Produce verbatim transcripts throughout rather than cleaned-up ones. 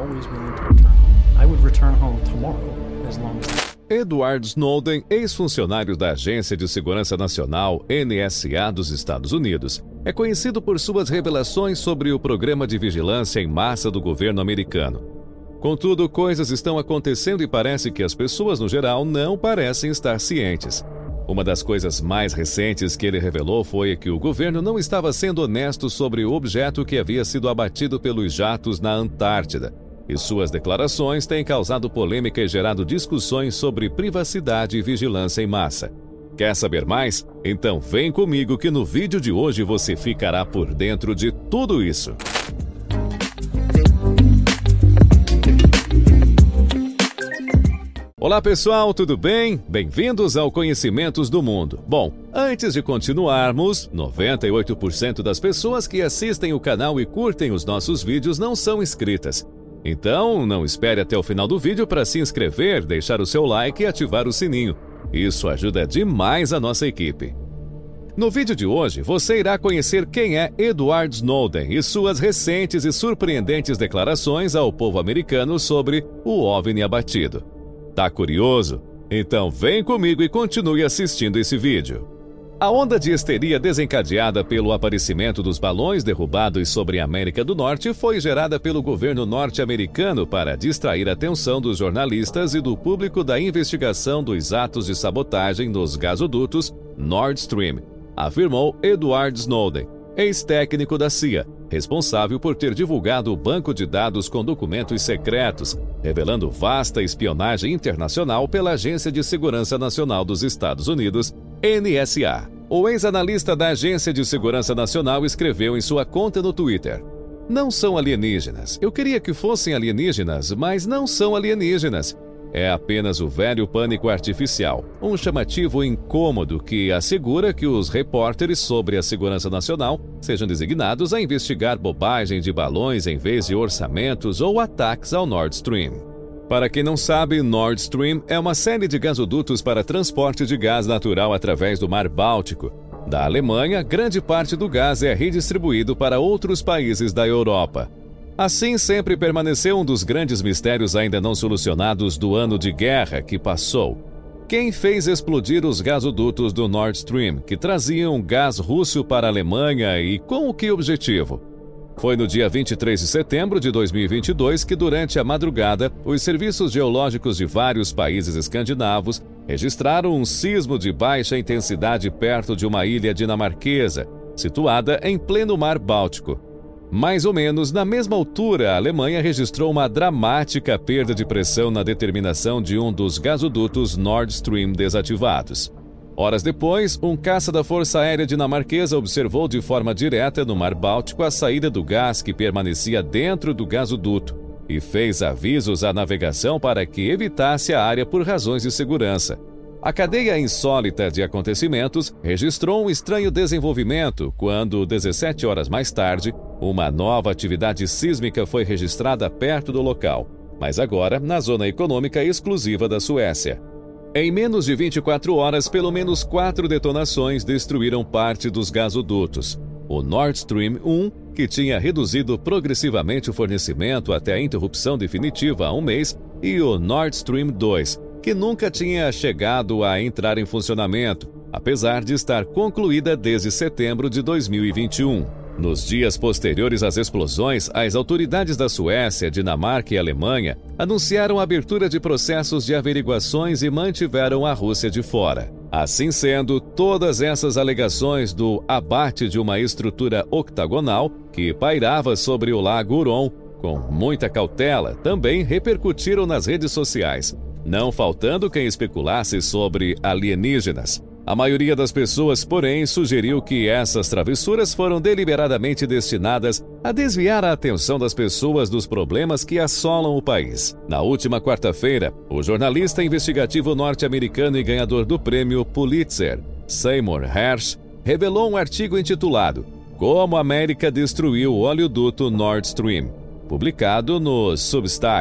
always willing to return home. I would return home tomorrow as long as... Edward Snowden, ex-funcionário da Agência de Segurança Nacional, N S A, dos Estados Unidos, é conhecido por suas revelações sobre o programa de vigilância em massa do governo americano. Contudo, coisas estão acontecendo e parece que as pessoas, no geral, não parecem estar cientes. Uma das coisas mais recentes que ele revelou foi que o governo não estava sendo honesto sobre o objeto que havia sido abatido pelos jatos na Antártida. E suas declarações têm causado polêmica e gerado discussões sobre privacidade e vigilância em massa. Quer saber mais? Então vem comigo que no vídeo de hoje você ficará por dentro de tudo isso. Olá pessoal, tudo bem? Bem-vindos ao Conhecimentos do Mundo. Bom, antes de continuarmos, noventa e oito por cento das pessoas que assistem o canal e curtem os nossos vídeos não são inscritas. Então, não espere até o final do vídeo para se inscrever, deixar o seu like e ativar o sininho. Isso ajuda demais a nossa equipe. No vídeo de hoje, você irá conhecer quem é Edward Snowden e suas recentes e surpreendentes declarações ao povo americano sobre o OVNI abatido. Tá curioso? Então vem comigo e continue assistindo esse vídeo. A onda de histeria desencadeada pelo aparecimento dos balões derrubados sobre a América do Norte foi gerada pelo governo norte-americano para distrair a atenção dos jornalistas e do público da investigação dos atos de sabotagem nos gasodutos Nord Stream, afirmou Edward Snowden, ex-técnico da C I A, responsável por ter divulgado o banco de dados com documentos secretos, revelando vasta espionagem internacional pela Agência de Segurança Nacional dos Estados Unidos, N S A. O ex-analista da Agência de Segurança Nacional escreveu em sua conta no Twitter: "Não são alienígenas. Eu queria que fossem alienígenas, mas não são alienígenas. É apenas o velho pânico artificial, um chamativo incômodo que assegura que os repórteres sobre a segurança nacional sejam designados a investigar bobagem de balões em vez de orçamentos ou ataques ao Nord Stream." Para quem não sabe, Nord Stream é uma série de gasodutos para transporte de gás natural através do Mar Báltico. Da Alemanha, grande parte do gás é redistribuído para outros países da Europa. Assim, sempre permaneceu um dos grandes mistérios ainda não solucionados do ano de guerra que passou. Quem fez explodir os gasodutos do Nord Stream, que traziam gás russo para a Alemanha e com o que objetivo? Foi no dia vinte e três de setembro de dois mil e vinte e dois que, durante a madrugada, os serviços geológicos de vários países escandinavos registraram um sismo de baixa intensidade perto de uma ilha dinamarquesa, situada em pleno Mar Báltico. Mais ou menos na mesma altura, a Alemanha registrou uma dramática perda de pressão na determinação de um dos gasodutos Nord Stream desativados. Horas depois, um caça da Força Aérea dinamarquesa observou de forma direta no Mar Báltico a saída do gás que permanecia dentro do gasoduto e fez avisos à navegação para que evitasse a área por razões de segurança. A cadeia insólita de acontecimentos registrou um estranho desenvolvimento quando, dezessete horas mais tarde, uma nova atividade sísmica foi registrada perto do local, mas agora na zona econômica exclusiva da Suécia. Em menos de vinte e quatro horas, pelo menos quatro detonações destruíram parte dos gasodutos. O Nord Stream um, que tinha reduzido progressivamente o fornecimento até a interrupção definitiva há um mês, e o Nord Stream dois, que nunca tinha chegado a entrar em funcionamento, apesar de estar concluída desde setembro de dois mil e vinte e um. Nos dias posteriores às explosões, as autoridades da Suécia, Dinamarca e Alemanha anunciaram a abertura de processos de averiguações e mantiveram a Rússia de fora. Assim sendo, todas essas alegações do abate de uma estrutura octagonal que pairava sobre o lago Huron, com muita cautela, também repercutiram nas redes sociais, não faltando quem especulasse sobre alienígenas. A maioria das pessoas, porém, sugeriu que essas travessuras foram deliberadamente destinadas a desviar a atenção das pessoas dos problemas que assolam o país. Na última quarta-feira, o jornalista investigativo norte-americano e ganhador do prêmio Pulitzer, Seymour Hersh, revelou um artigo intitulado "Como a América Destruiu o Oleoduto Nord Stream", publicado no Substack,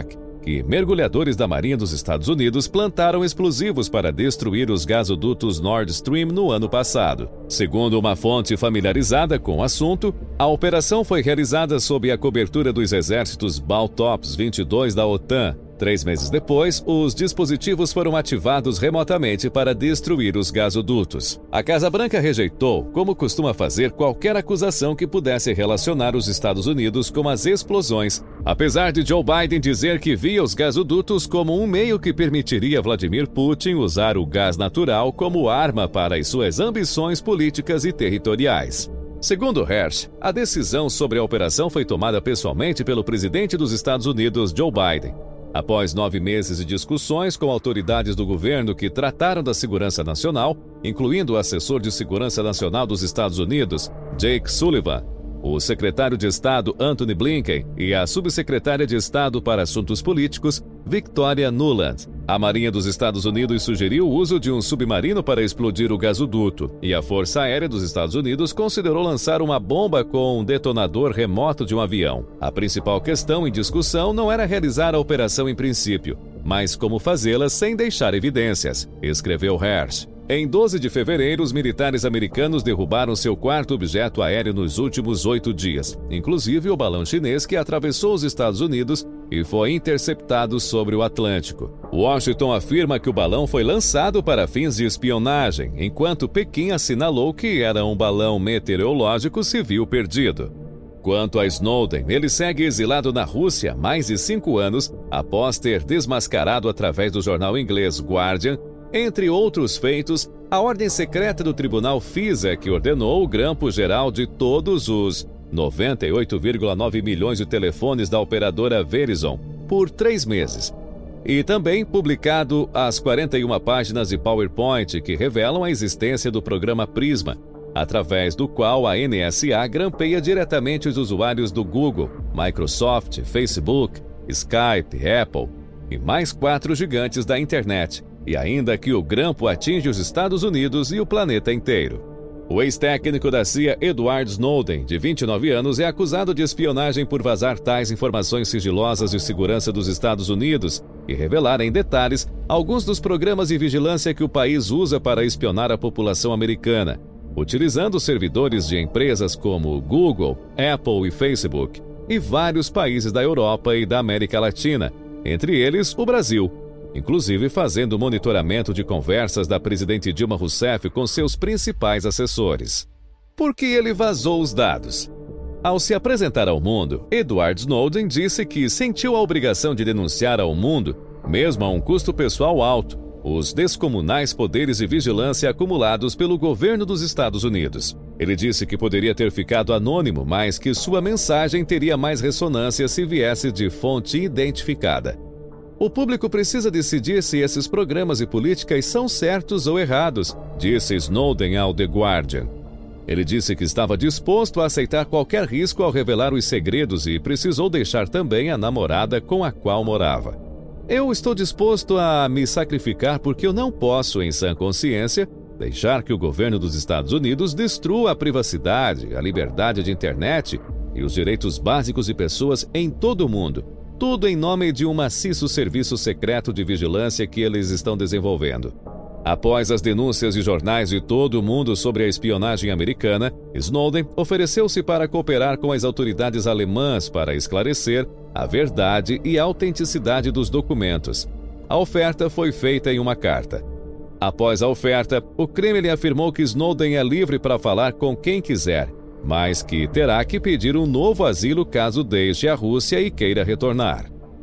que mergulhadores da Marinha dos Estados Unidos plantaram explosivos para destruir os gasodutos Nord Stream no ano passado. Segundo uma fonte familiarizada com o assunto, a operação foi realizada sob a cobertura dos exércitos Baltops vinte e dois da OTAN. Três meses depois, os dispositivos foram ativados remotamente para destruir os gasodutos. A Casa Branca rejeitou, como costuma fazer, qualquer acusação que pudesse relacionar os Estados Unidos com as explosões, apesar de Joe Biden dizer que via os gasodutos como um meio que permitiria Vladimir Putin usar o gás natural como arma para as suas ambições políticas e territoriais. Segundo Hersh, a decisão sobre a operação foi tomada pessoalmente pelo presidente dos Estados Unidos, Joe Biden. Após nove meses de discussões com autoridades do governo que trataram da segurança nacional, incluindo o assessor de segurança nacional dos Estados Unidos, Jake Sullivan, o secretário de Estado Antony Blinken e a subsecretária de Estado para Assuntos Políticos, Victoria Nuland, a Marinha dos Estados Unidos sugeriu o uso de um submarino para explodir o gasoduto, e a Força Aérea dos Estados Unidos considerou lançar uma bomba com um detonador remoto de um avião. A principal questão em discussão não era realizar a operação em princípio, mas como fazê-la sem deixar evidências, escreveu Hersh. Em doze de fevereiro, os militares americanos derrubaram seu quarto objeto aéreo nos últimos oito dias, inclusive o balão chinês que atravessou os Estados Unidos e foi interceptado sobre o Atlântico. Washington afirma que o balão foi lançado para fins de espionagem, enquanto Pequim assinalou que era um balão meteorológico civil perdido. Quanto a Snowden, ele segue exilado na Rússia há mais de cinco anos após ter desmascarado através do jornal inglês Guardian, entre outros feitos, a ordem secreta do Tribunal FISA que ordenou o grampo geral de todos os noventa e oito vírgula nove milhões de telefones da operadora Verizon por três meses. E também publicado as quarenta e uma páginas de PowerPoint que revelam a existência do programa Prisma, através do qual a N S A grampeia diretamente os usuários do Google, Microsoft, Facebook, Skype, Apple e mais quatro gigantes da internet. E ainda que o grampo atinge os Estados Unidos e o planeta inteiro. O ex-técnico da C I A, Edward Snowden, de vinte e nove anos, é acusado de espionagem por vazar tais informações sigilosas de segurança dos Estados Unidos e revelar em detalhes alguns dos programas de vigilância que o país usa para espionar a população americana, utilizando servidores de empresas como Google, Apple e Facebook, e vários países da Europa e da América Latina, entre eles o Brasil, inclusive fazendo monitoramento de conversas da presidente Dilma Rousseff com seus principais assessores. Por que ele vazou os dados? Ao se apresentar ao mundo, Edward Snowden disse que sentiu a obrigação de denunciar ao mundo, mesmo a um custo pessoal alto, os descomunais poderes de vigilância acumulados pelo governo dos Estados Unidos. Ele disse que poderia ter ficado anônimo, mas que sua mensagem teria mais ressonância se viesse de fonte identificada. O público precisa decidir se esses programas e políticas são certos ou errados, disse Snowden ao The Guardian. Ele disse que estava disposto a aceitar qualquer risco ao revelar os segredos e precisou deixar também a namorada com a qual morava. Eu estou disposto a me sacrificar porque eu não posso, em sã consciência, deixar que o governo dos Estados Unidos destrua a privacidade, a liberdade de internet e os direitos básicos de pessoas em todo o mundo. Tudo em nome de um maciço serviço secreto de vigilância que eles estão desenvolvendo. Após as denúncias de jornais de todo o mundo sobre a espionagem americana, Snowden ofereceu-se para cooperar com as autoridades alemãs para esclarecer a verdade e a autenticidade dos documentos. A oferta foi feita em uma carta. Após a oferta, o Kremlin afirmou que Snowden é livre para falar com quem quiser, mas que terá que pedir um novo asilo caso deixe a Rússia e queira retornar.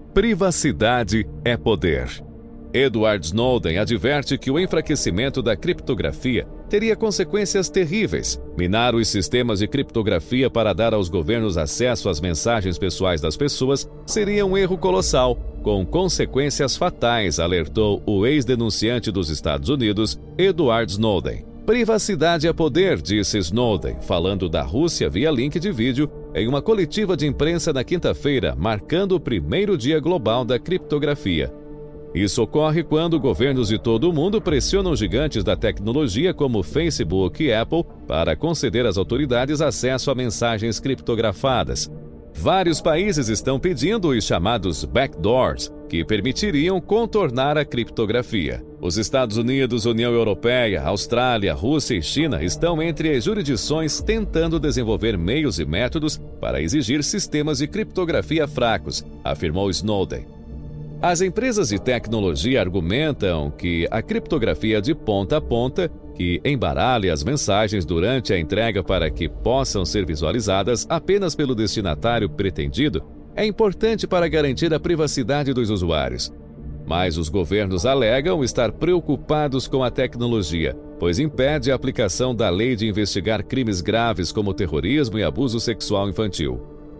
Privacidade é poder. Edward Snowden adverte que o enfraquecimento da criptografia teria consequências terríveis. Minar os sistemas de criptografia para dar aos governos acesso às mensagens pessoais das pessoas seria um erro colossal, com consequências fatais, alertou o ex-denunciante dos Estados Unidos, Edward Snowden. Privacidade é poder, disse Snowden, falando da Rússia via link de vídeo em uma coletiva de imprensa na quinta-feira, marcando o primeiro dia global da criptografia. Isso ocorre quando governos de todo o mundo pressionam gigantes da tecnologia como Facebook e Apple para conceder às autoridades acesso a mensagens criptografadas. Vários países estão pedindo os chamados backdoors, que permitiriam contornar a criptografia. Os Estados Unidos, União Europeia, Austrália, Rússia e China estão entre as jurisdições tentando desenvolver meios e métodos para exigir sistemas de criptografia fracos, afirmou Snowden. As empresas de tecnologia argumentam que a criptografia de ponta a ponta, que embaralha as mensagens durante a entrega para que possam ser visualizadas apenas pelo destinatário pretendido, é importante para garantir a privacidade dos usuários. Mas os governos alegam estar preocupados com a tecnologia, pois impede a aplicação da lei de investigar crimes graves como terrorismo e abuso sexual infantil.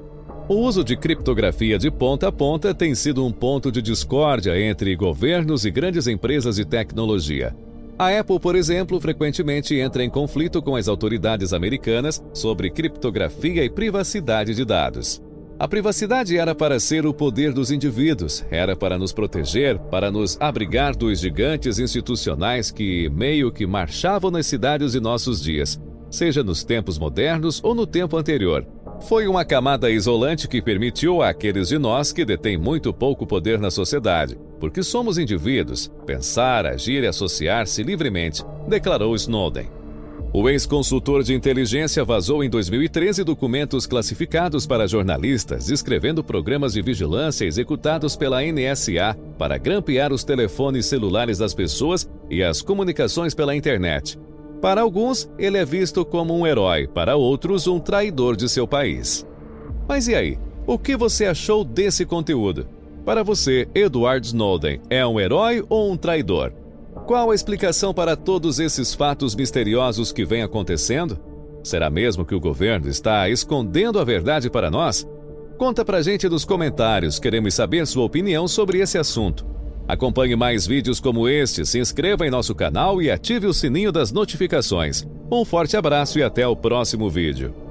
O uso de criptografia de ponta a ponta tem sido um ponto de discórdia entre governos e grandes empresas de tecnologia. A Apple, por exemplo, frequentemente entra em conflito com as autoridades americanas sobre criptografia e privacidade de dados. A privacidade era para ser o poder dos indivíduos, era para nos proteger, para nos abrigar dos gigantes institucionais que meio que marchavam nas cidades de nossos dias, seja nos tempos modernos ou no tempo anterior. Foi uma camada isolante que permitiu àqueles de nós que detêm muito pouco poder na sociedade, porque somos indivíduos, pensar, agir e associar-se livremente, declarou Snowden. O ex-consultor de inteligência vazou em dois mil e treze documentos classificados para jornalistas, descrevendo programas de vigilância executados pela N S A para grampear os telefones celulares das pessoas e as comunicações pela internet. Para alguns, ele é visto como um herói, para outros, um traidor de seu país. Mas e aí? O que você achou desse conteúdo? Para você, Edward Snowden é um herói ou um traidor? Qual a explicação para todos esses fatos misteriosos que vêm acontecendo? Será mesmo que o governo está escondendo a verdade para nós? Conta pra gente nos comentários, queremos saber sua opinião sobre esse assunto. Acompanhe mais vídeos como este, se inscreva em nosso canal e ative o sininho das notificações. Um forte abraço e até o próximo vídeo.